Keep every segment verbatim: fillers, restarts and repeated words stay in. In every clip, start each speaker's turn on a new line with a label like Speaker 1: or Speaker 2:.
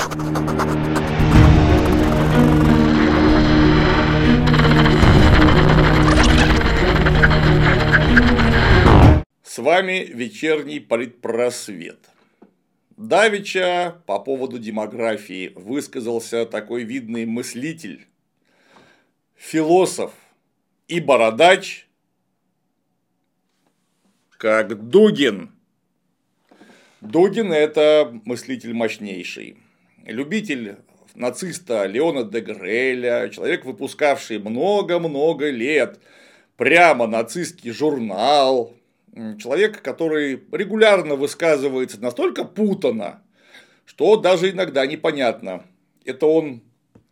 Speaker 1: С вами вечерний политпросвет. Давеча по поводу демографии высказался такой видный мыслитель, философ и бородач, как Дугин. Дугин – это мыслитель мощнейший, любитель нациста Леона де Греля, человек, выпускавший много-много лет прямо нацистский журнал, человек, который регулярно высказывается настолько путанно, что даже иногда непонятно, это он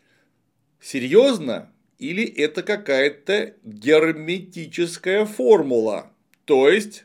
Speaker 1: серьезно или это какая-то герметическая формула, то есть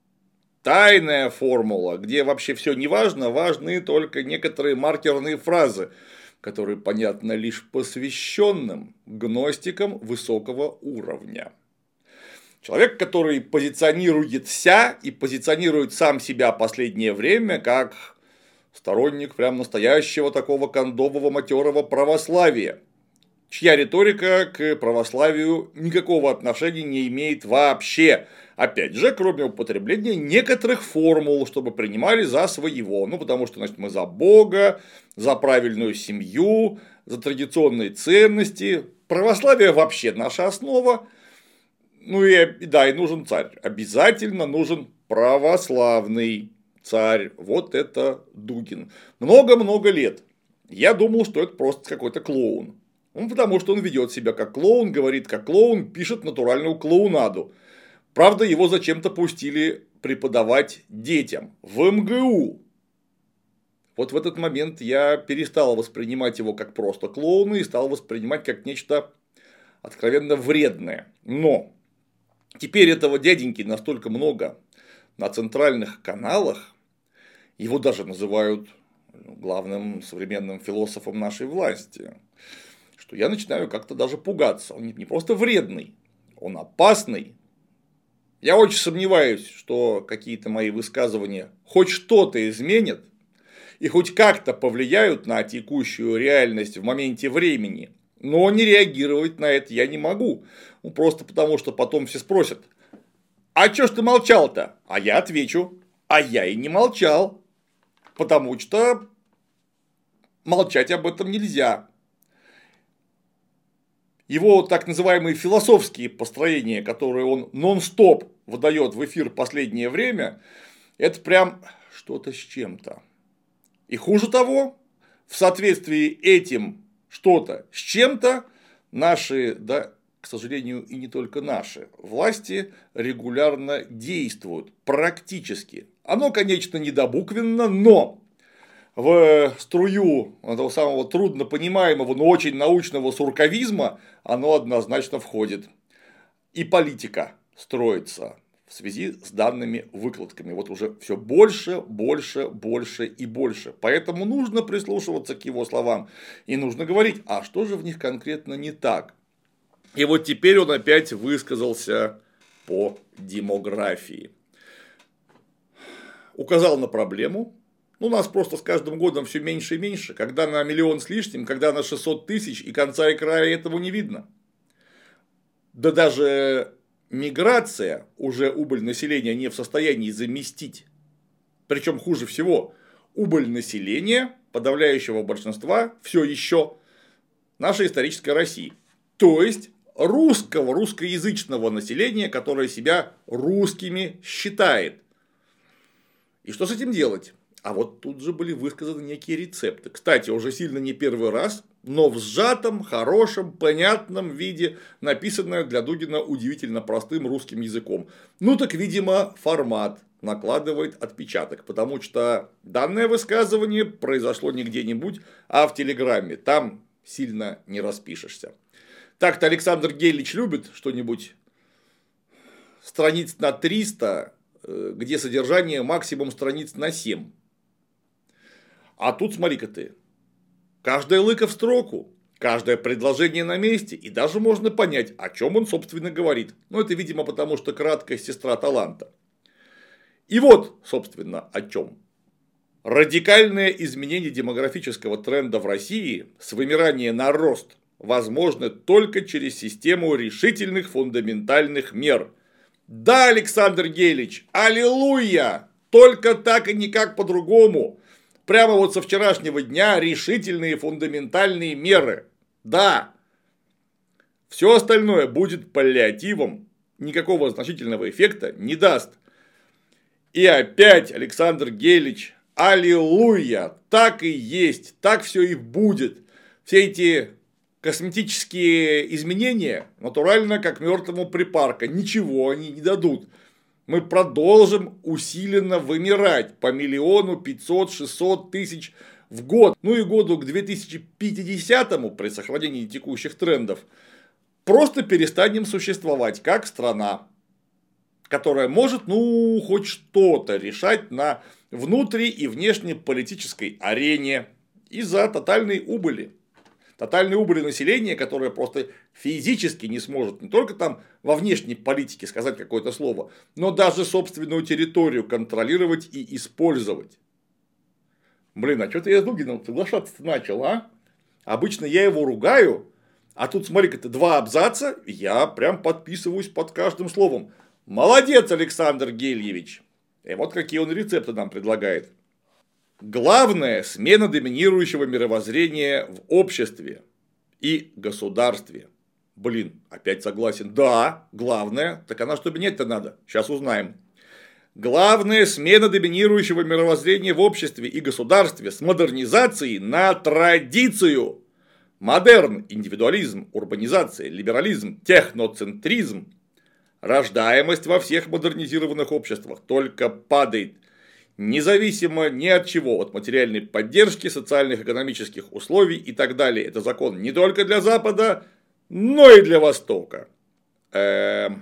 Speaker 1: тайная формула, где вообще все не важно, важны только некоторые маркерные фразы, которые понятны лишь посвященным гностикам высокого уровня. Человек, который позиционируется и позиционирует сам себя последнее время как сторонник прям настоящего такого кондового матерого православия, чья риторика к православию никакого отношения не имеет вообще. Опять же, кроме употребления некоторых формул, чтобы принимали за своего. Ну, потому что, значит, мы за Бога, за правильную семью, за традиционные ценности. Православие вообще наша основа. Ну и да, и нужен царь. Обязательно нужен православный царь. Вот это Дугин. Много-много лет я думал, что это просто какой-то клоун. Ну, потому что он ведет себя как клоун, говорит как клоун, пишет натуральную клоунаду. Правда, его зачем-то пустили преподавать детям в эм гэ у. Вот в этот момент я перестал воспринимать его как просто клоуна и стал воспринимать как нечто откровенно вредное. Но теперь этого дяденьки настолько много на центральных каналах, его даже называют главным современным философом нашей власти, что я начинаю как-то даже пугаться. Он не просто вредный, он опасный. Я очень сомневаюсь, что какие-то мои высказывания хоть что-то изменят и хоть как-то повлияют на текущую реальность в моменте времени. Но не реагировать на это я не могу. Ну, просто потому, что потом все спросят: а чё ж ты молчал-то? А я отвечу: а я и не молчал. Потому что молчать об этом нельзя. Его так называемые философские построения, которые он нон-стоп выдает в эфир последнее время, это прям что-то с чем-то. И хуже того, в соответствии этим что-то с чем-то наши, да, к сожалению, и не только наши власти регулярно действуют практически. Оно, конечно, недобуквенно, но в струю этого самого труднопонимаемого, но очень научного сурковизма оно однозначно входит. И политика строится в связи с данными выкладками. Вот уже все больше, больше, больше и больше. Поэтому нужно прислушиваться к его словам. И нужно говорить, а что же в них конкретно не так. И вот теперь он опять высказался по демографии. Указал на проблему. У нас просто с каждым годом все меньше и меньше. Когда на миллион с лишним, когда на шестьсот тысяч, и конца и края этому не видно. Да даже миграция уже убыль населения не в состоянии заместить. Причем хуже всего, убыль населения подавляющего большинства все еще нашей исторической России. То есть русского, русскоязычного населения, которое себя русскими считает. И что с этим делать? А вот тут же были высказаны некие рецепты. Кстати, уже сильно не первый раз, но в сжатом, хорошем, понятном виде, написанное для Дугина удивительно простым русским языком. Ну так, видимо, формат накладывает отпечаток, потому что данное высказывание произошло не где-нибудь, а в Телеграме. Там сильно не распишешься. Так-то Александр Гелич любит что-нибудь страниц на триста, где содержание максимум страниц на семь. А тут смотри-ка ты, каждая лыка в строку, каждое предложение на месте, и даже можно понять, о чем он, собственно, говорит. Ну, это, видимо, потому что краткая сестра таланта. И вот, собственно, о чем. Радикальное изменение демографического тренда в России с вымирания на рост возможно только через систему решительных фундаментальных мер. Да, Александр Гелич, аллилуйя! Только так и никак по-другому. Прямо вот со вчерашнего дня решительные фундаментальные меры. Да. Все остальное будет паллиативом, никакого значительного эффекта не даст. И опять, Александр Гелич, аллилуйя, так и есть, так все и будет. Все эти косметические изменения натурально как мертвому припарка, ничего они не дадут. Мы продолжим усиленно вымирать по миллиону пятьсот шестьсот тысяч в год. Ну и году к две тысячи пятидесятому при сохранении текущих трендов просто перестанем существовать как страна, которая может, ну, хоть что-то решать на внутри- и внешнеполитической арене из-за тотальной убыли. Тотальной убыли населения, которое просто физически не сможет не только там во внешней политике сказать какое-то слово, но даже собственную территорию контролировать и использовать. Блин, а что-то я с Дугиным соглашаться начал, а? Обычно я его ругаю, а тут, смотри-ка ты, два абзаца, я прям подписываюсь под каждым словом. Молодец, Александр Гельевич. И вот какие он рецепты нам предлагает. Главное – смена доминирующего мировоззрения в обществе и государстве. Блин, опять согласен. Да, главное. Так она что менять-то надо? Сейчас узнаем. Главное – смена доминирующего мировоззрения в обществе и государстве с модернизацией на традицию. Модерн, индивидуализм, урбанизация, либерализм, техноцентризм. Рождаемость во всех модернизированных обществах только падает. Независимо ни от чего, от материальной поддержки, социальных, экономических условий и так далее. Это закон не только для Запада, но и для Востока. Эм...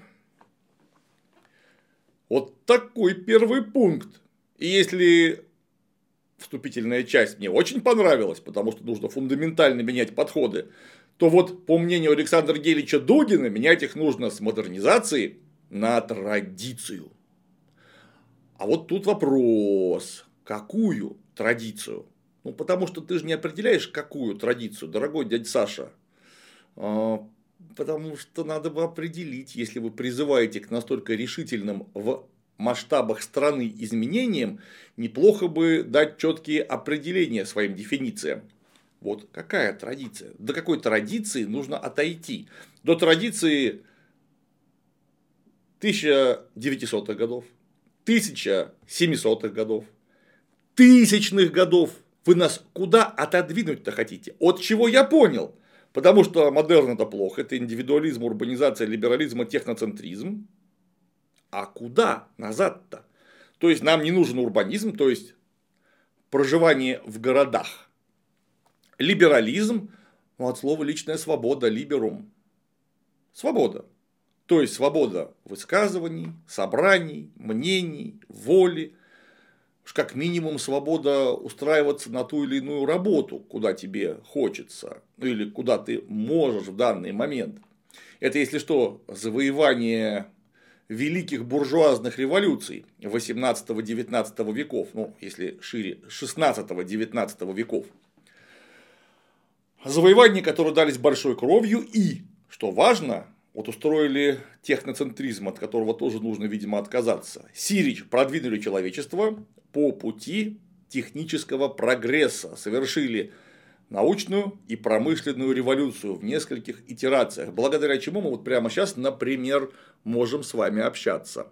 Speaker 1: Вот такой первый пункт. И если вступительная часть мне очень понравилась, потому что нужно фундаментально менять подходы, то вот, по мнению Александра Гелича Дугина, менять их нужно с модернизации на традицию. А вот тут вопрос, какую традицию? Ну, потому что ты же не определяешь, какую традицию, дорогой дядя Саша. Потому что надо бы определить, если вы призываете к настолько решительным в масштабах страны изменениям, неплохо бы дать четкие определения своим дефинициям. Вот какая традиция? До какой традиции нужно отойти? До традиции тысяча девятисотых годов, тысяча семисотых годов, тысячных годов. Вы нас куда отодвинуть-то хотите? От чего я понял? Потому что модерн это плохо, это индивидуализм, урбанизация, либерализм и техноцентризм. А куда назад-то? То есть нам не нужен урбанизм, то есть проживание в городах. Либерализм, ну, от слова личная свобода, либерум. Свобода. То есть свобода высказываний, собраний, мнений, воли. Уж как минимум свобода устраиваться на ту или иную работу, куда тебе хочется, ну или куда ты можешь в данный момент. Это, если что, завоевание великих буржуазных революций восемнадцатого-девятнадцатого веков, ну, если шире, шестнадцатого-девятнадцатого веков. Завоевания, которые дались большой кровью и, что важно, вот устроили техноцентризм, от которого тоже нужно, видимо, отказаться. Сирич продвинули человечество по пути технического прогресса, совершили научную и промышленную революцию в нескольких итерациях, благодаря чему мы вот прямо сейчас, например, можем с вами общаться.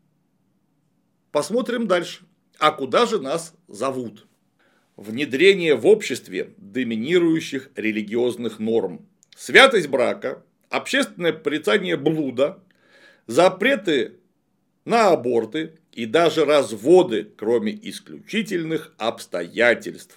Speaker 1: Посмотрим дальше. А куда же нас зовут? Внедрение в обществе доминирующих религиозных норм. Святость брака, общественное порицание блуда, запреты на аборты и даже разводы, кроме исключительных обстоятельств.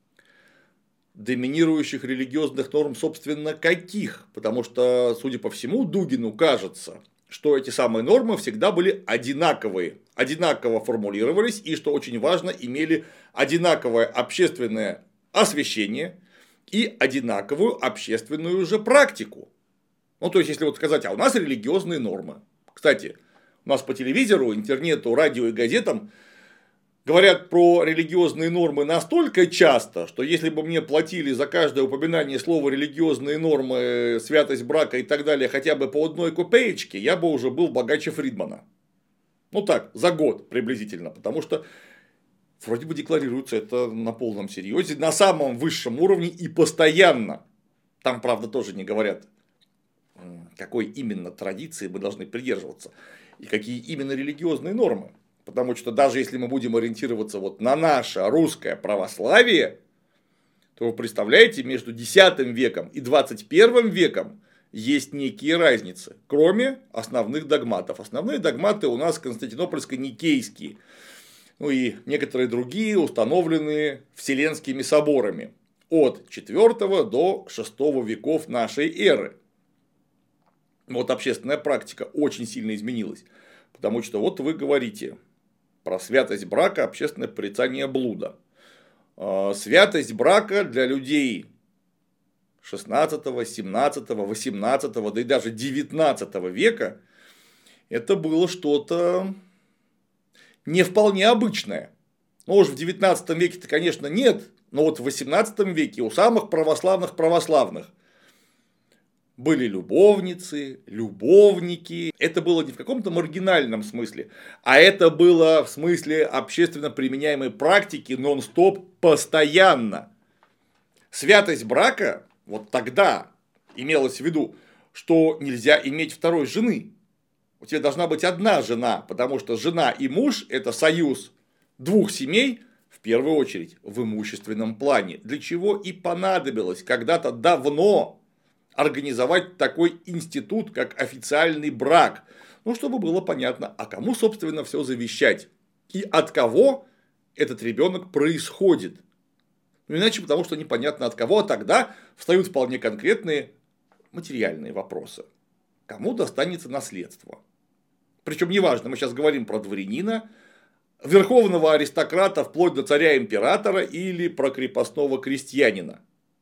Speaker 1: Доминирующих религиозных норм, собственно, каких? Потому что, судя по всему, Дугину кажется, что эти самые нормы всегда были одинаковые, одинаково формулировались и, что очень важно, имели одинаковое общественное освещение и одинаковую общественную же практику. Ну, то есть, если вот сказать, а у нас религиозные нормы. Кстати, у нас по телевизору, интернету, радио и газетам говорят про религиозные нормы настолько часто, что если бы мне платили за каждое упоминание слова религиозные нормы, святость брака и так далее хотя бы по одной копеечке, я бы уже был богаче Фридмана. Ну так, за год приблизительно, потому что вроде бы декларируется это на полном серьезе, на самом высшем уровне и постоянно. Там, правда, тоже не говорят, какой именно традиции мы должны придерживаться и какие именно религиозные нормы. Потому что даже если мы будем ориентироваться вот на наше русское православие, то вы представляете, между десятым веком и двадцать первым веком есть некие разницы, кроме основных догматов. Основные догматы у нас константинопольско-никейские, ну и некоторые другие, установленные Вселенскими соборами от четвёртого до шестого веков нашей эры. Вот общественная практика очень сильно изменилась, потому что вот вы говорите про святость брака, общественное порицание блуда. Святость брака для людей шестнадцатого, семнадцатого, восемнадцатого, да и даже девятнадцатого века это было что-то не вполне обычное. Ну уж в девятнадцатом веке-то, конечно, нет, но вот в восемнадцатом веке у самых православных православных были любовницы, любовники. Это было не в каком-то маргинальном смысле, а это было в смысле общественно применяемой практики нон-стоп постоянно. Святость брака вот тогда имелось в виду, что нельзя иметь второй жены. У тебя должна быть одна жена, потому что жена и муж – это союз двух семей, в первую очередь в имущественном плане. Для чего и понадобилось когда-то давно организовать такой институт, как официальный брак. Ну, чтобы было понятно, а кому, собственно, все завещать. И от кого этот ребенок происходит. Ну, иначе потому, что непонятно от кого, а тогда встают вполне конкретные материальные вопросы. Кому достанется наследство? Причем неважно, мы сейчас говорим про дворянина, верховного аристократа, вплоть до царя-императора или про крепостного крестьянина.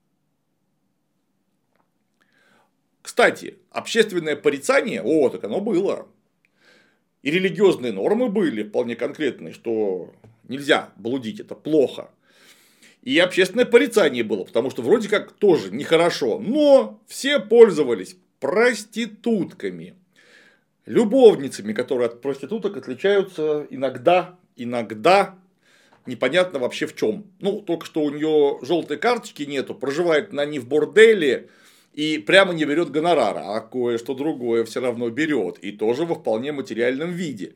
Speaker 1: Кстати, общественное порицание, о, так оно было. И религиозные нормы были вполне конкретные, что нельзя блудить, это плохо. И общественное порицание было, потому что вроде как тоже нехорошо, но все пользовались проститутками, любовницами, которые от проституток отличаются иногда, иногда, непонятно вообще в чем. Ну, только что у нее желтой карточки нету, проживает она не в борделе, и прямо не берет гонорара, а кое-что другое все равно берет. И тоже во вполне материальном виде.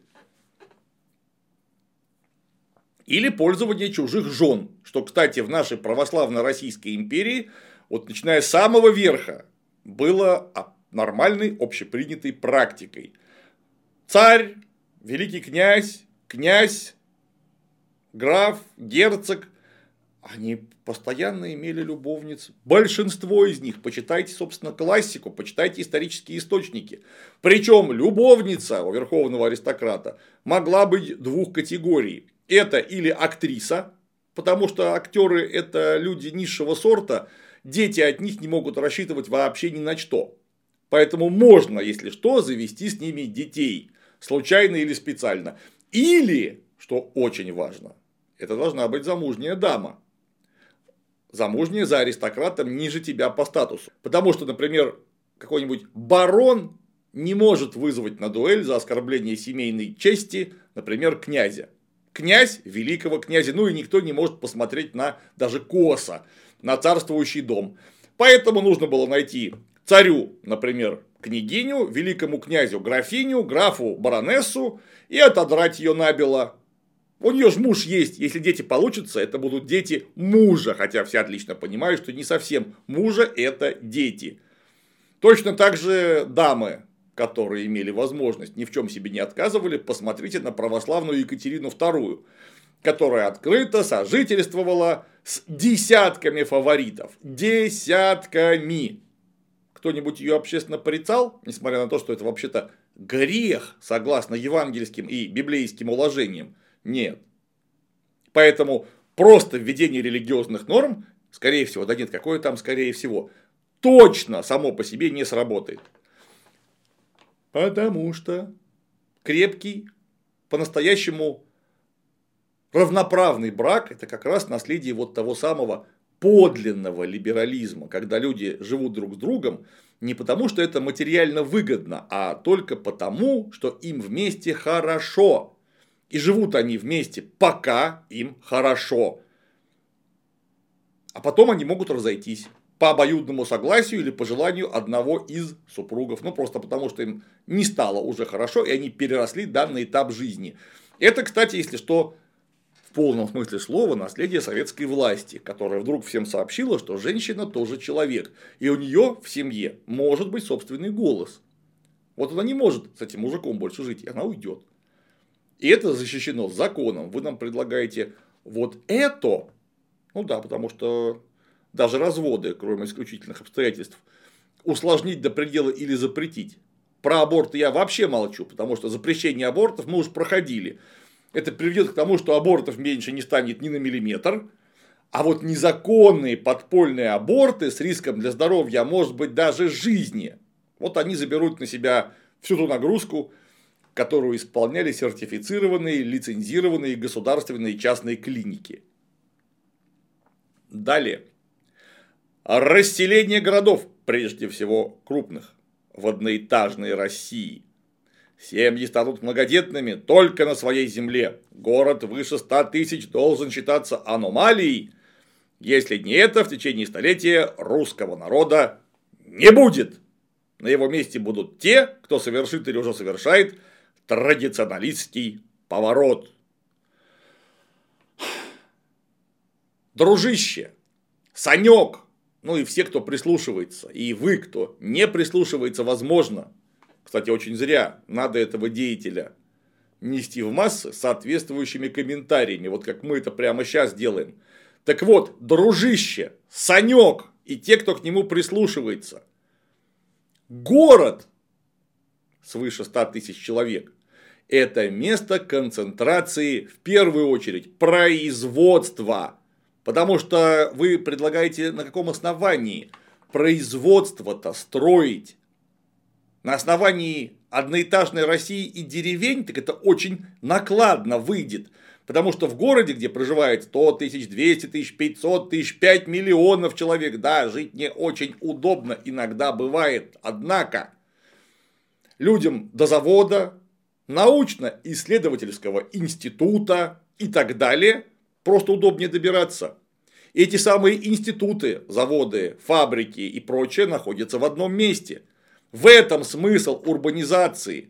Speaker 1: Или пользование чужих жен. Что, кстати, в нашей православно-российской империи, вот начиная с самого верха, было нормальной общепринятой практикой. Царь, великий князь, князь, граф, герцог. Они постоянно имели любовниц. Большинство из них. Почитайте, собственно, классику, почитайте исторические источники. Причем любовница у верховного аристократа могла быть двух категорий. Это или актриса, потому что актеры это люди низшего сорта, дети от них не могут рассчитывать вообще ни на что. Поэтому можно, если что, завести с ними детей. Случайно или специально. Или, что очень важно, это должна быть замужняя дама. Замужняя за аристократом ниже тебя по статусу. Потому что, например, какой-нибудь барон не может вызвать на дуэль за оскорбление семейной чести, например, князя. Князь великого князя, ну и никто не может посмотреть на даже косо на царствующий дом. Поэтому нужно было найти царю, например, княгиню, великому князю графиню, графу баронессу и отодрать ее набело. У нее же муж есть, если дети получатся, это будут дети мужа, хотя все отлично понимают, что не совсем мужа это дети. Точно так же дамы, которые имели возможность, ни в чем себе не отказывали, посмотрите на православную Екатерину вторую, которая открыто сожительствовала с десятками фаворитов. Десятками. Кто-нибудь ее общественно порицал, несмотря на то, что это вообще-то грех, согласно евангельским и библейским уложениям? Нет. Поэтому просто введение религиозных норм, скорее всего, да нет, какое там скорее всего, точно само по себе не сработает. Потому что крепкий, по-настоящему равноправный брак – это как раз наследие вот того самого подлинного либерализма, когда люди живут друг с другом не потому, что это материально выгодно, а только потому, что им вместе хорошо. И живут они вместе, пока им хорошо. А потом они могут разойтись по обоюдному согласию или по желанию одного из супругов. Ну, просто потому, что им не стало уже хорошо, и они переросли данный этап жизни. Это, кстати, если что, в полном смысле слова, наследие советской власти, которая вдруг всем сообщила, что женщина тоже человек. И у нее в семье может быть собственный голос. Вот она не может с этим мужиком больше жить, и она уйдет. И это защищено законом. Вы нам предлагаете вот это. Ну да, потому что даже разводы, кроме исключительных обстоятельств, усложнить до предела или запретить. Про аборты я вообще молчу, потому что запрещение абортов мы уже проходили. Это приведет к тому, что абортов меньше не станет ни на миллиметр. А вот незаконные подпольные аборты с риском для здоровья, а может быть даже жизни, вот они заберут на себя всю ту нагрузку, которую исполняли сертифицированные, лицензированные государственные частные клиники. Далее. Расселение городов, прежде всего крупных, в одноэтажной России. Семьи станут многодетными только на своей земле. Город выше ста тысяч должен считаться аномалией. Если не это, в течение столетия русского народа не будет. На его месте будут те, кто совершит или уже совершает традиционалистский поворот. Дружище, Санек, ну и все, кто прислушивается, и вы, кто не прислушивается, возможно, кстати, очень зря, надо этого деятеля нести в массы с соответствующими комментариями, вот как мы это прямо сейчас делаем. Так вот, дружище, Санек и те, кто к нему прислушивается, город свыше ста тысяч человек – это место концентрации, в первую очередь, производства. Потому что вы предлагаете на каком основании производство-то строить? На основании одноэтажной России и деревень, так это очень накладно выйдет. Потому что в городе, где проживает сто тысяч, двести тысяч, пятьсот тысяч, пять миллионов человек, да, жить не очень удобно иногда бывает. Однако людям до завода, научно-исследовательского института и так далее просто удобнее добираться. Эти самые институты, заводы, фабрики и прочее находятся в одном месте. В этом смысл урбанизации.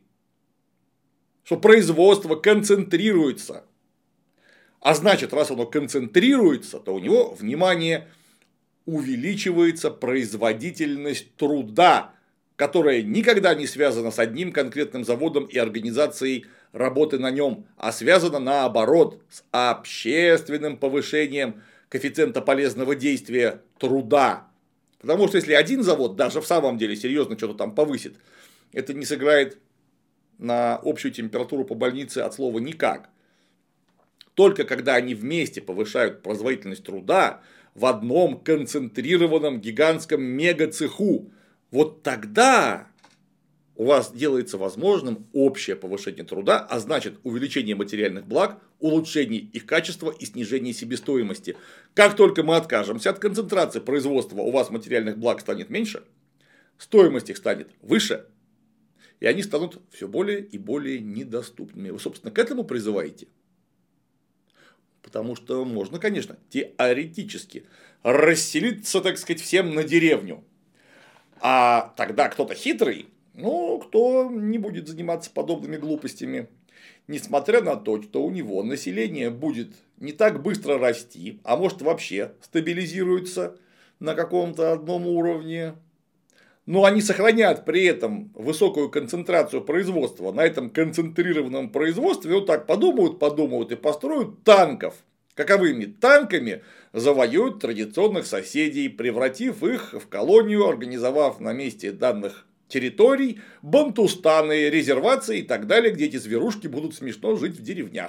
Speaker 1: Что производство концентрируется. А значит, раз оно концентрируется, то у него, внимание, увеличивается производительность труда, которая никогда не связана с одним конкретным заводом и организацией работы на нем, а связана наоборот с общественным повышением коэффициента полезного действия труда. Потому что если один завод даже в самом деле серьезно что-то там повысит, это не сыграет на общую температуру по больнице от слова никак. Только когда они вместе повышают производительность труда в одном концентрированном гигантском мегацеху, вот тогда у вас делается возможным общее повышение труда, а значит увеличение материальных благ, улучшение их качества и снижение себестоимости. Как только мы откажемся от концентрации производства, у вас материальных благ станет меньше, стоимость их станет выше, и они станут все более и более недоступными. Вы, собственно, к этому призываете? Потому что можно, конечно, теоретически расселиться, так сказать, всем на деревню. А тогда кто-то хитрый, ну, кто не будет заниматься подобными глупостями, несмотря на то, что у него население будет не так быстро расти, а может вообще стабилизируется на каком-то одном уровне, но они сохранят при этом высокую концентрацию производства. На этом концентрированном производстве вот так подумают, подумают и построят танков. Каковыми танками завоюют традиционных соседей, превратив их в колонию, организовав на месте данных территорий бантустаны, резервации и так далее, где эти зверушки будут смешно жить в деревнях.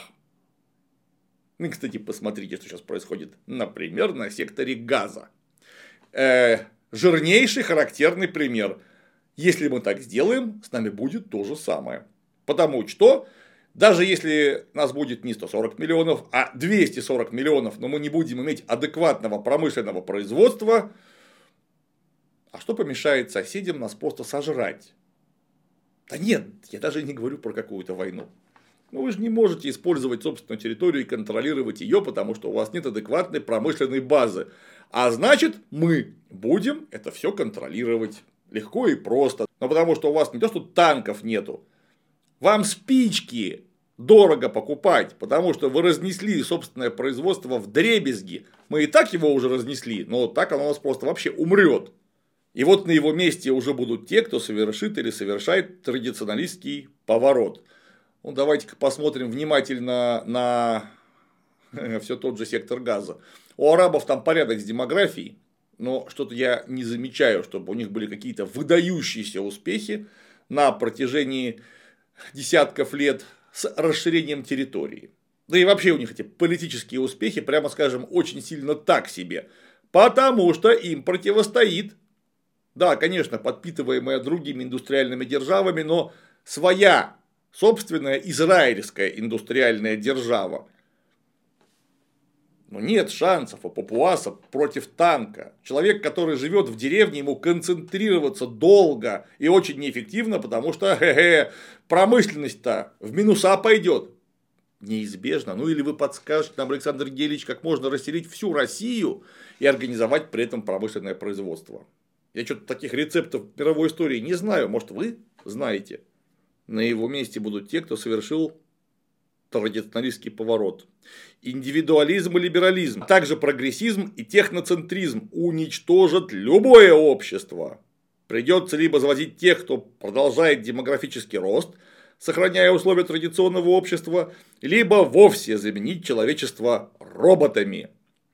Speaker 1: Ну, кстати, посмотрите, что сейчас происходит, например, на секторе Газа. Э, жирнейший характерный пример. Если мы так сделаем, с нами будет то же самое. Потому что Даже если нас будет не сто сорок миллионов, а двести сорок миллионов, но мы не будем иметь адекватного промышленного производства, а что помешает соседям нас просто сожрать? Да нет, я даже не говорю про какую-то войну. Ну вы же не можете использовать собственную территорию и контролировать ее, потому что у вас нет адекватной промышленной базы. А значит, мы будем это все контролировать. Легко и просто. Но потому что у вас не то, что танков нету. Вам спички дорого покупать, потому что вы разнесли собственное производство вдребезги. Мы и так его уже разнесли, но так оно у нас просто вообще умрет. И вот на его месте уже будут те, кто совершит или совершает традиционалистский поворот. Ну, давайте-ка посмотрим внимательно на все тот же сектор газа. У арабов там порядок с демографией, но что-то я не замечаю, чтобы у них были какие-то выдающиеся успехи на протяжении десятков лет с расширением территории. Да и вообще у них эти политические успехи, прямо скажем, очень сильно так себе. Потому что им противостоит, да, конечно, подпитываемая другими индустриальными державами, но своя собственная израильская индустриальная держава. Но нет шансов у папуаса против танка. Человек, который живет в деревне, ему концентрироваться долго и очень неэффективно, потому что хе-хе, промышленность-то в минуса пойдет. Неизбежно. Ну или вы подскажете нам, Александр Гелич, как можно расселить всю Россию и организовать при этом промышленное производство. Я что-то таких рецептов в мировой истории не знаю. Может, вы знаете? На его месте будут те, кто совершил традиционалистский поворот. Индивидуализм и либерализм, а также прогрессизм и техноцентризм уничтожат любое общество. Придется либо завозить тех, кто продолжает демографический рост, сохраняя условия традиционного общества, либо вовсе заменить человечество роботами.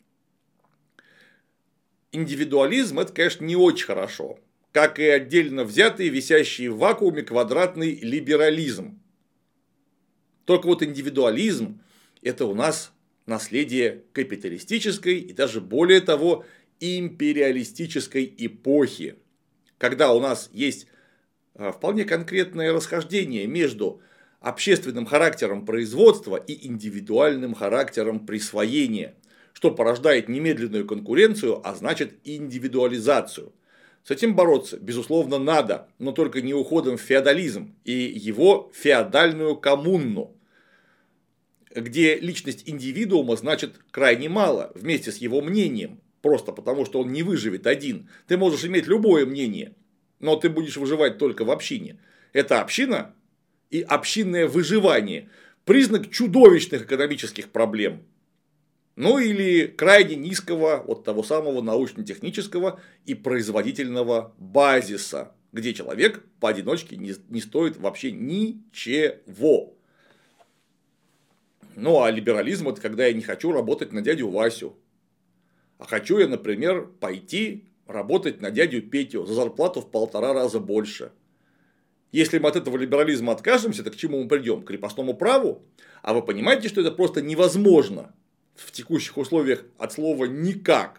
Speaker 1: Индивидуализм – это, конечно, не очень хорошо, как и отдельно взятый, висящий в вакууме квадратный либерализм. Только вот индивидуализм – это у нас наследие капиталистической и даже более того империалистической эпохи, когда у нас есть вполне конкретное расхождение между общественным характером производства и индивидуальным характером присвоения, что порождает немедленную конкуренцию, а значит индивидуализацию. С этим бороться, безусловно, надо, но только не уходом в феодализм и его феодальную коммуну, где личность индивидуума значит крайне мало вместе с его мнением, просто потому что он не выживет один. Ты можешь иметь любое мнение, но ты будешь выживать только в общине. Это община и общинное выживание – признак чудовищных экономических проблем. Ну или крайне низкого, вот того самого научно-технического и производительного базиса, где человек поодиночке не, не стоит вообще ничего. Ну а либерализм – это когда я не хочу работать на дядю Васю, а хочу я, например, пойти работать на дядю Петю за зарплату в полтора раза больше. Если мы от этого либерализма откажемся, то к чему мы придем? К крепостному праву? А вы понимаете, что это просто невозможно в текущих условиях от слова «никак».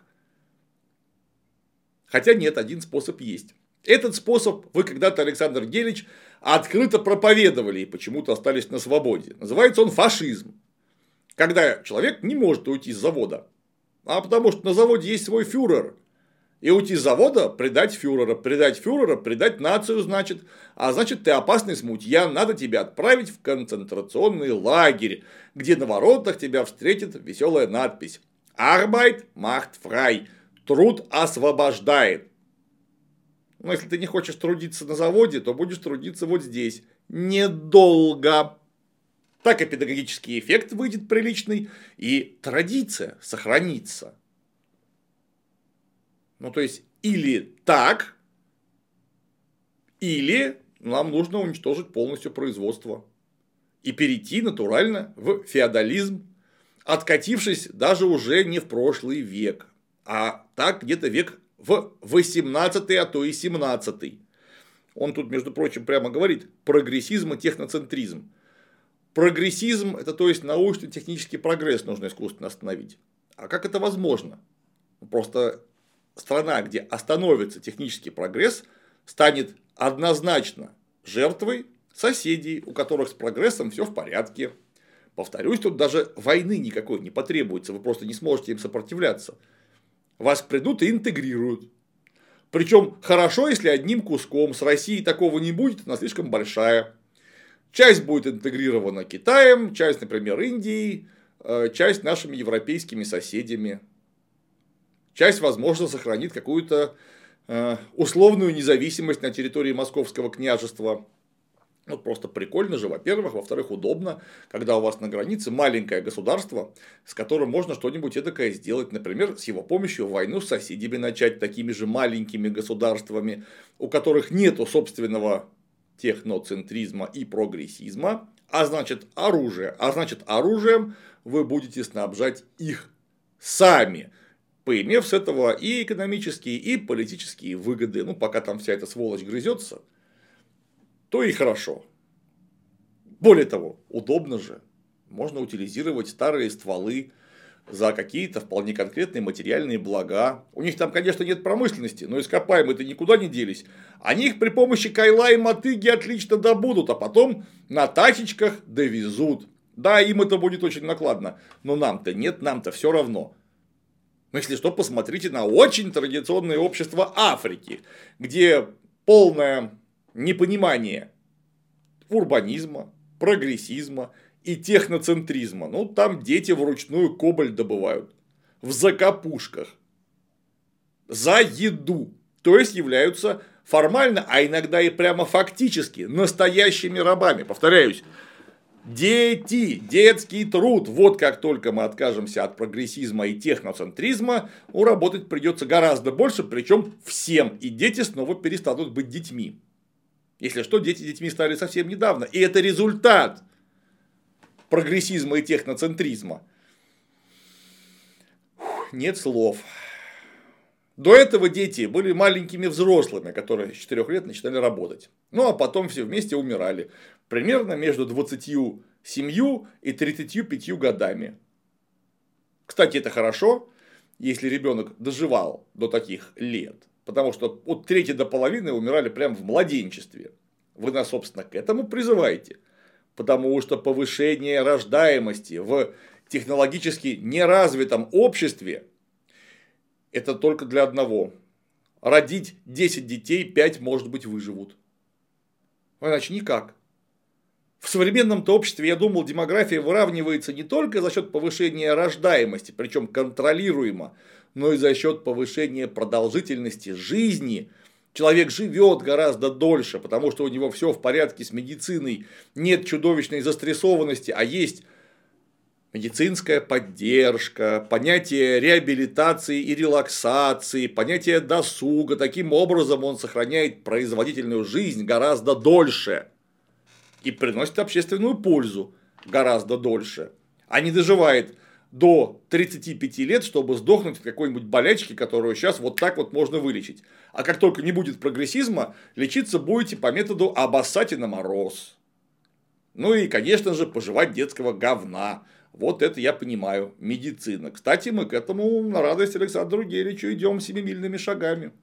Speaker 1: Хотя нет, один способ есть. Этот способ вы когда-то, Александр Гелич, открыто проповедовали и почему-то остались на свободе. Называется он фашизм. Когда человек не может уйти с завода, а потому что на заводе есть свой фюрер. И уйти с завода – предать фюрера, предать фюрера, предать нацию, значит. А значит, ты опасный смутьян, надо тебя отправить в концентрационный лагерь, где на воротах тебя встретит веселая надпись «Arbeit macht frei» – труд освобождает. Но если ты не хочешь трудиться на заводе, то будешь трудиться вот здесь. Недолго. Так и педагогический эффект выйдет приличный, и традиция сохранится. Ну, то есть, или так, или нам нужно уничтожить полностью производство. И перейти натурально в феодализм, откатившись даже уже не в прошлый век, а так где-то век в восемнадцатый, а то и семнадцатый. Он тут, между прочим, прямо говорит прогрессизм и техноцентризм. Прогрессизм – это то есть научно-технический прогресс нужно искусственно остановить. А как это возможно? Просто страна, где остановится технический прогресс, станет однозначно жертвой соседей, у которых с прогрессом все в порядке. Повторюсь, тут даже войны никакой не потребуется, вы просто не сможете им сопротивляться. Вас придут и интегрируют. Причем хорошо, если одним куском. С Россией такого не будет, она слишком большая. Часть будет интегрирована Китаем, часть, например, Индией, часть нашими европейскими соседями. Часть, возможно, сохранит какую-то условную независимость на территории Московского княжества. Вот просто прикольно же, во-первых. Во-вторых, удобно, когда у вас на границе маленькое государство, с которым можно что-нибудь эдакое сделать. Например, с его помощью войну с соседями начать, такими же маленькими государствами, у которых нету собственного техноцентризма и прогрессизма, а значит оружие. А значит оружием вы будете снабжать их сами, поимев с этого и экономические, и политические выгоды. Ну, пока там вся эта сволочь грызется, то и хорошо. Более того, удобно же. Можно утилизировать старые стволы за какие-то вполне конкретные материальные блага. У них там, конечно, нет промышленности, но ископаемые-то никуда не делись. Они их при помощи кайла и мотыги отлично добудут, а потом на тачечках довезут. Да, им это будет очень накладно, но нам-то нет, нам-то все равно. Но если что, посмотрите на очень традиционное общество Африки, где полное непонимание урбанизма, прогрессизма и техноцентризма. Ну, там дети вручную кобальт добывают. В закопушках. За еду. То есть, являются формально, а иногда и прямо фактически настоящими рабами. Повторяюсь. Дети, детский труд. Вот как только мы откажемся от прогрессизма и техноцентризма, работать придется гораздо больше, причем всем. И дети снова перестанут быть детьми. Если что, дети детьми стали совсем недавно. И это результат прогрессизма и техноцентризма. Нет слов. До этого дети были маленькими взрослыми, которые с четырёх лет начинали работать. Ну, а потом все вместе умирали. Примерно между двадцатью семью и тридцатью пятью годами. Кстати, это хорошо, если ребенок доживал до таких лет. Потому что от трети до половины умирали прямо в младенчестве. Вы нас, собственно, к этому призываете. Потому что повышение рождаемости в технологически неразвитом обществе – это только для одного. Родить десять детей, пять, может быть, выживут. Иначе никак. В современном-то обществе, я думал, демография выравнивается не только за счет повышения рождаемости, причем контролируемо, но и за счет повышения продолжительности жизни. Человек живет гораздо дольше, потому что у него все в порядке с медициной, нет чудовищной застрессованности, а есть медицинская поддержка, понятие реабилитации и релаксации, понятие досуга. Таким образом он сохраняет производительную жизнь гораздо дольше и приносит общественную пользу гораздо дольше, а не доживает до тридцати пяти лет, чтобы сдохнуть от какой-нибудь болячки, которую сейчас вот так вот можно вылечить. А как только не будет прогрессизма, лечиться будете по методу обоссать и на мороз. Ну и, конечно же, пожевать детского говна. Вот это я понимаю. Медицина. Кстати, мы к этому на радость Александру Геличу идем семимильными шагами.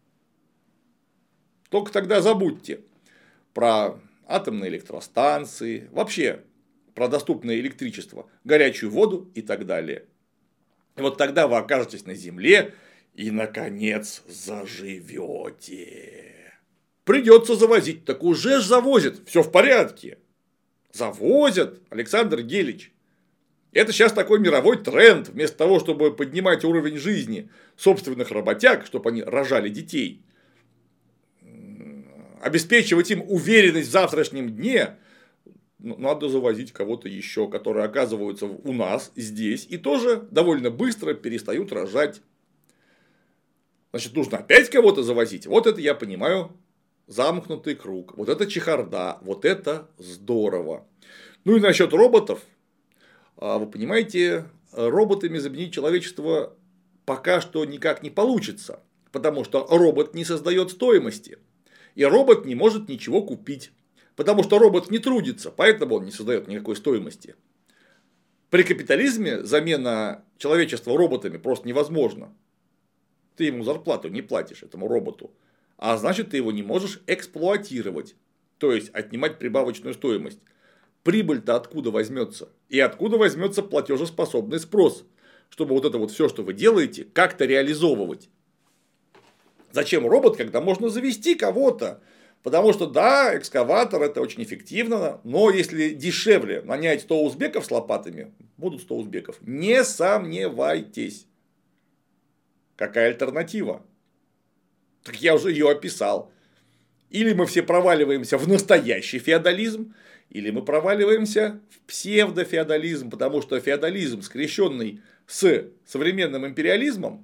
Speaker 1: Только тогда забудьте про атомные электростанции, вообще про доступное электричество, горячую воду и так далее. И вот тогда вы окажетесь на Земле и, наконец, заживете. Придется завозить. Так уже ж завозят. Все в порядке. Завозят, Александр Гелич. Это сейчас такой мировой тренд. Вместо того, чтобы поднимать уровень жизни собственных работяг, чтобы они рожали детей, обеспечивать им уверенность в завтрашнем дне, надо завозить кого-то еще, которые оказываются у нас здесь и тоже довольно быстро перестают рожать. Значит, нужно опять кого-то завозить. Вот это я понимаю замкнутый круг. Вот это чехарда. Вот это здорово. Ну и насчет роботов. Вы понимаете, роботами заменить человечество пока что никак не получится. Потому что робот не создает стоимости. И робот не может ничего купить. Потому что робот не трудится, поэтому он не создает никакой стоимости. При капитализме замена человечества роботами просто невозможна. Ты ему зарплату не платишь, этому роботу. А значит, ты его не можешь эксплуатировать. то есть отнимать прибавочную стоимость. Прибыль-то откуда возьмется? И откуда возьмется платежеспособный спрос, чтобы вот это вот все, что вы делаете, как-то реализовывать? Зачем робот, когда можно завести кого-то? Потому что да, экскаватор это очень эффективно, но если дешевле нанять сто узбеков с лопатами, будут сто узбеков. Не сомневайтесь. Какая альтернатива? Так я уже ее описал. Или мы все проваливаемся в настоящий феодализм, или мы проваливаемся в псевдофеодализм, потому что феодализм, скрещенный с современным империализмом,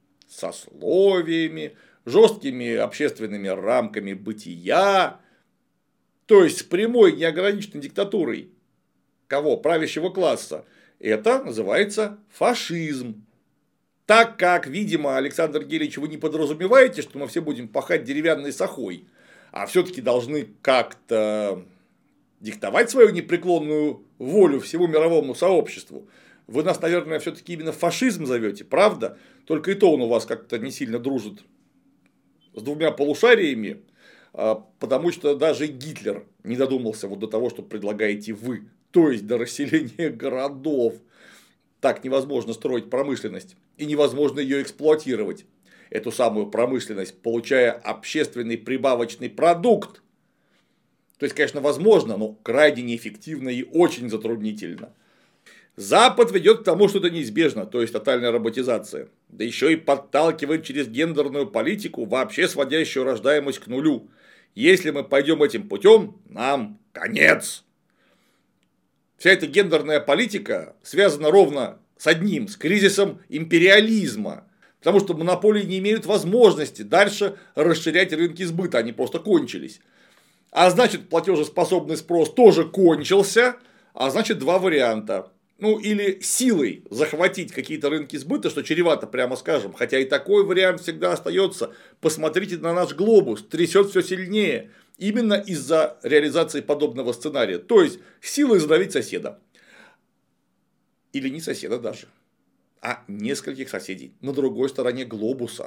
Speaker 1: сословиями, жесткими общественными рамками бытия, то есть с прямой неограниченной диктатурой кого? Правящего класса, это называется фашизм. Так как, видимо, Александр Гелич, вы не подразумеваете, что мы все будем пахать деревянной сахой, а все-таки должны как-то диктовать свою непреклонную волю всему мировому сообществу. Вы нас, наверное, все-таки именно фашизм зовете, правда? Только и то он у вас как-то не сильно дружит с двумя полушариями, потому что даже Гитлер не додумался вот до того, что предлагаете вы, то есть до расселения городов. Так невозможно строить промышленность и невозможно ее эксплуатировать, эту самую промышленность, получая общественный прибавочный продукт. То есть, конечно, возможно, но крайне неэффективно и очень затруднительно. Запад ведет к тому, что это неизбежно, то есть тотальная роботизация. Да еще и подталкивает через гендерную политику, вообще сводящую рождаемость к нулю. Если мы пойдем этим путем, нам конец. Вся эта гендерная политика связана ровно с одним, с кризисом империализма. Потому что монополии не имеют возможности дальше расширять рынки сбыта, они просто кончились. А значит, платежеспособный спрос тоже кончился, а значит, два варианта. Ну, или силой захватить какие-то рынки сбыта, что чревато, прямо скажем. Хотя и такой вариант всегда остается. Посмотрите на наш глобус, трясет все сильнее. Именно из-за реализации подобного сценария. То есть, силой задавить соседа. Или не соседа даже, а нескольких соседей на другой стороне глобуса.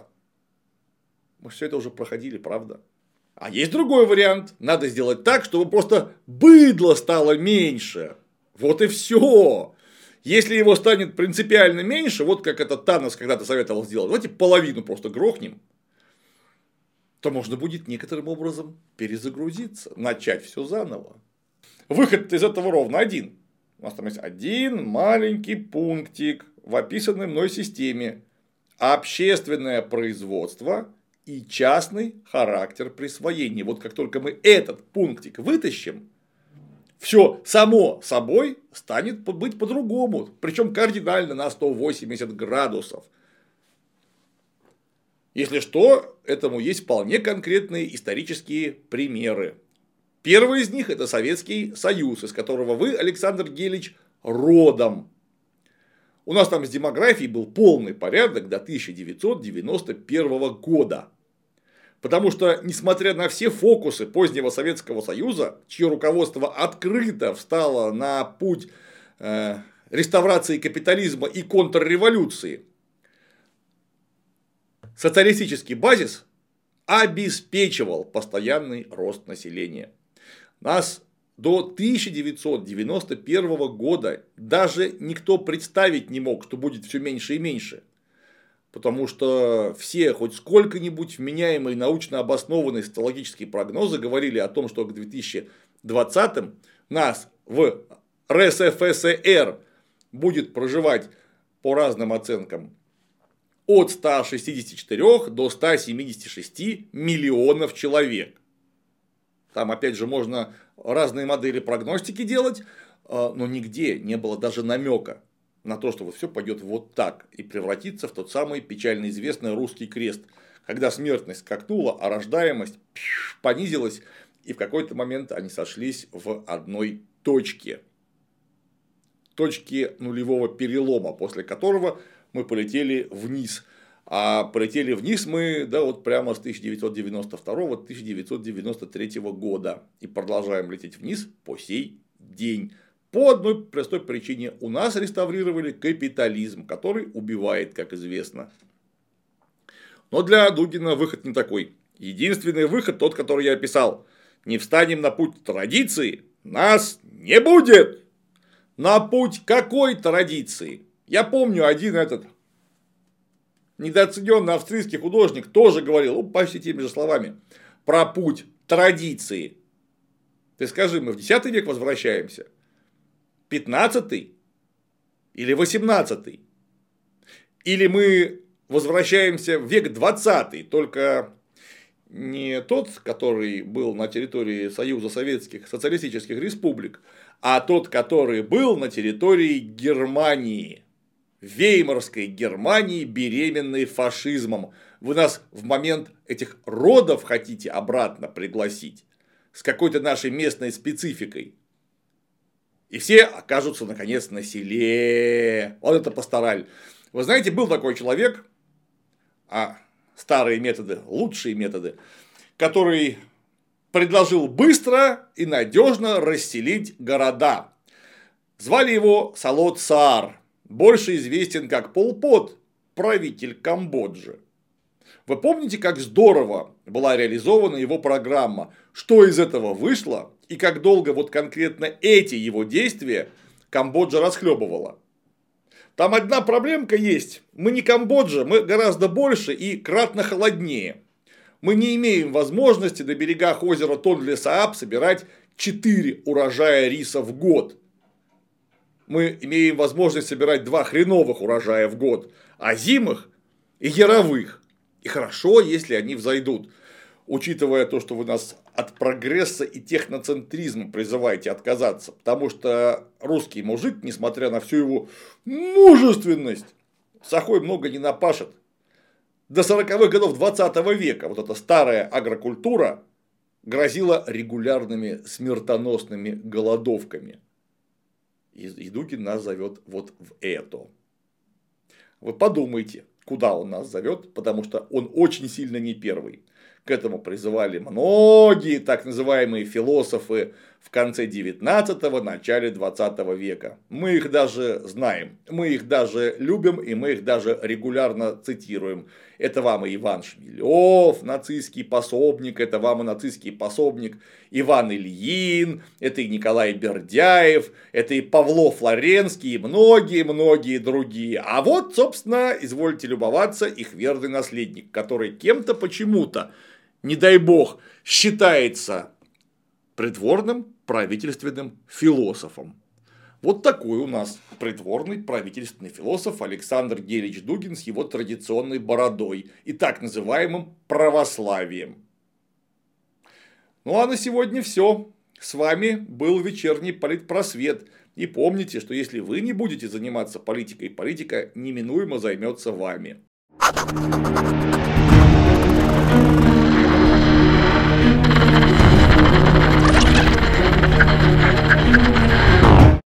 Speaker 1: Мы все это уже проходили, правда? А есть другой вариант. Надо сделать так, чтобы просто быдло стало меньше. Вот и все. Если его станет принципиально меньше, вот как этот Танос когда-то советовал сделать, давайте половину просто грохнем, то можно будет некоторым образом перезагрузиться, начать все заново. Выход из этого ровно один. У нас там есть один маленький пунктик в описанной мной системе. Общественное производство и частный характер присвоения. Вот как только мы этот пунктик вытащим, все само собой станет быть по-другому. Причем кардинально на сто восемьдесят градусов. Если что, этому есть вполне конкретные исторические примеры. Первый из них – это Советский Союз, из которого вы, Александр Гелич, родом. У нас там с демографией был полный порядок до тысяча девятьсот девяносто первого года. Потому что, несмотря на все фокусы позднего Советского Союза, чье руководство открыто встало на путь э, реставрации капитализма и контрреволюции, социалистический базис обеспечивал постоянный рост населения. Нас до тысяча девятьсот девяносто первого года даже никто представить не мог, что будет все меньше и меньше. Потому что все хоть сколько-нибудь вменяемые научно обоснованные социологические прогнозы говорили о том, что к две тысячи двадцатому нас в РСФСР будет проживать по разным оценкам от ста шестидесяти четырёх до ста семидесяти шести миллионов человек. Там опять же можно разные модели прогностики делать, но нигде не было даже намека на то, что вот все пойдет вот так и превратится в тот самый печально известный русский крест, когда смертность скакнула, а рождаемость понизилась, и в какой-то момент они сошлись в одной точке. Точке нулевого перелома, после которого мы полетели вниз. А полетели вниз мы, да, вот прямо с тысяча девятьсот девяносто второго — тысяча девятьсот девяносто третьего года. И продолжаем лететь вниз по сей день. По одной простой причине. У нас реставрировали капитализм, который убивает, как известно. Но для Дугина выход не такой. Единственный выход тот, который я описал. не встанем на путь традиции, нас не будет. На путь какой традиции? Я помню, один этот недооцененный австрийский художник тоже говорил, ну, почти теми же словами, про путь традиции. Ты скажи, мы в десятый век возвращаемся? пятнадцатый? Или восемнадцатый? Или мы возвращаемся в век двадцатый, только не тот, который был на территории Союза Советских Социалистических Республик, а тот, который был на территории Германии, Веймарской Германии, беременной фашизмом. Вы нас в момент этих родов хотите обратно пригласить с какой-то нашей местной спецификой. И все окажутся, наконец, на селе. Вот это пастораль. Вы знаете, был такой человек, а старые методы, лучшие методы, который предложил быстро и надежно расселить города. Звали его Салот Саар, больше известен как Пол Пот, правитель Камбоджи. Вы помните, как здорово была реализована его программа, что из этого вышло и как долго вот конкретно эти его действия Камбоджа расхлебывала? Там одна проблемка есть. Мы не Камбоджа, мы гораздо больше и кратно холоднее. Мы не имеем возможности на берегах озера Тонле-Саап собирать четыре урожая риса в год. Мы имеем возможность собирать два хреновых урожая в год, озимых и яровых. И хорошо, если они взойдут. Учитывая то, что вы нас от прогресса и техноцентризма призываете отказаться. Потому что русский мужик, несмотря на всю его мужественность, сахой много не напашет. До сороковых годов двадцатого века вот эта старая агрокультура грозила регулярными смертоносными голодовками. И Дугин нас зовет вот в это. Вы подумайте, куда он нас зовет, потому что он очень сильно не первый. К этому призывали многие так называемые философы в конце девятнадцатого, начале двадцатого века. Мы их даже знаем, мы их даже любим и мы их даже регулярно цитируем. Это вам и Иван Шмелев, нацистский пособник, это вам и нацистский пособник Иван Ильин, это и Николай Бердяев, это и Павло Флоренский и многие-многие другие. А вот, собственно, извольте любоваться их верный наследник, который кем-то почему-то, не дай бог, считается придворным правительственным философом. Вот такой у нас придворный правительственный философ Александр Герич Дугин с его традиционной бородой и так называемым православием. Ну а на сегодня все. С вами был вечерний политпросвет. И помните, что если вы не будете заниматься политикой, политика неминуемо займется вами.